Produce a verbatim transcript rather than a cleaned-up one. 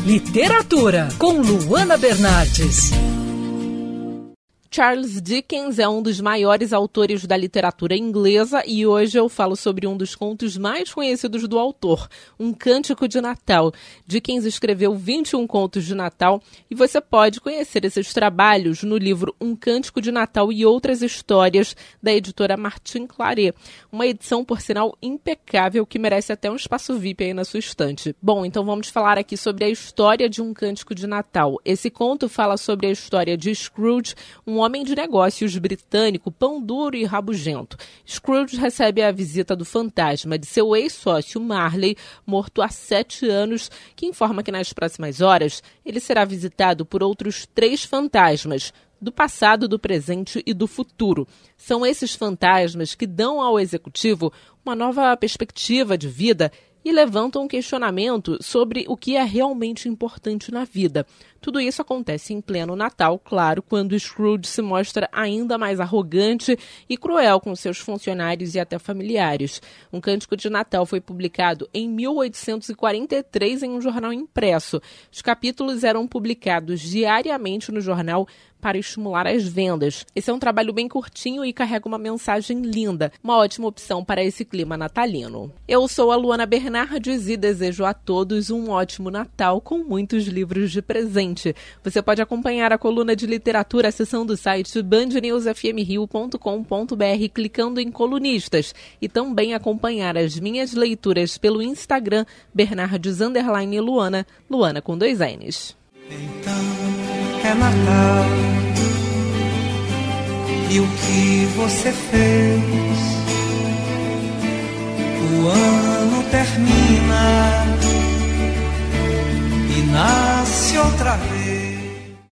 Literatura, com Luana Bernardes. Charles Dickens é um dos maiores autores da literatura inglesa e hoje eu falo sobre um dos contos mais conhecidos do autor, Um Cântico de Natal. Dickens escreveu vinte e um contos de Natal e você pode conhecer esses trabalhos no livro Um Cântico de Natal e Outras Histórias, da editora Martin Claret. Uma edição, por sinal, impecável que merece até um espaço V I P aí na sua estante. Bom, então vamos falar aqui sobre a história de Um Cântico de Natal. Esse conto fala sobre a história de Scrooge, um homem de negócios britânico, pão duro e rabugento. Scrooge recebe a visita do fantasma de seu ex-sócio Marley, morto há sete anos, que informa que nas próximas horas ele será visitado por outros três fantasmas, do passado, do presente e do futuro. São esses fantasmas que dão ao executivo uma nova perspectiva de vida e levantam um questionamento sobre o que é realmente importante na vida. Tudo isso acontece em pleno Natal, claro, quando Scrooge se mostra ainda mais arrogante e cruel com seus funcionários e até familiares. Um Cântico de Natal foi publicado em mil oitocentos e quarenta e três em um jornal impresso. Os capítulos eram publicados diariamente no jornal para estimular as vendas. Esse é um trabalho bem curtinho e carrega uma mensagem linda, uma ótima opção para esse clima natalino. Eu sou a Luana Bernardes e desejo a todos um ótimo Natal com muitos livros de presente. Você pode acompanhar a coluna de literatura acessando o site band news f m rio ponto com ponto b r clicando em colunistas e também acompanhar as minhas leituras pelo Instagram Bernardes underline Luana, Luana com dois N's. Então é Natal e o que você fez? O ano termina e nasce outra vez.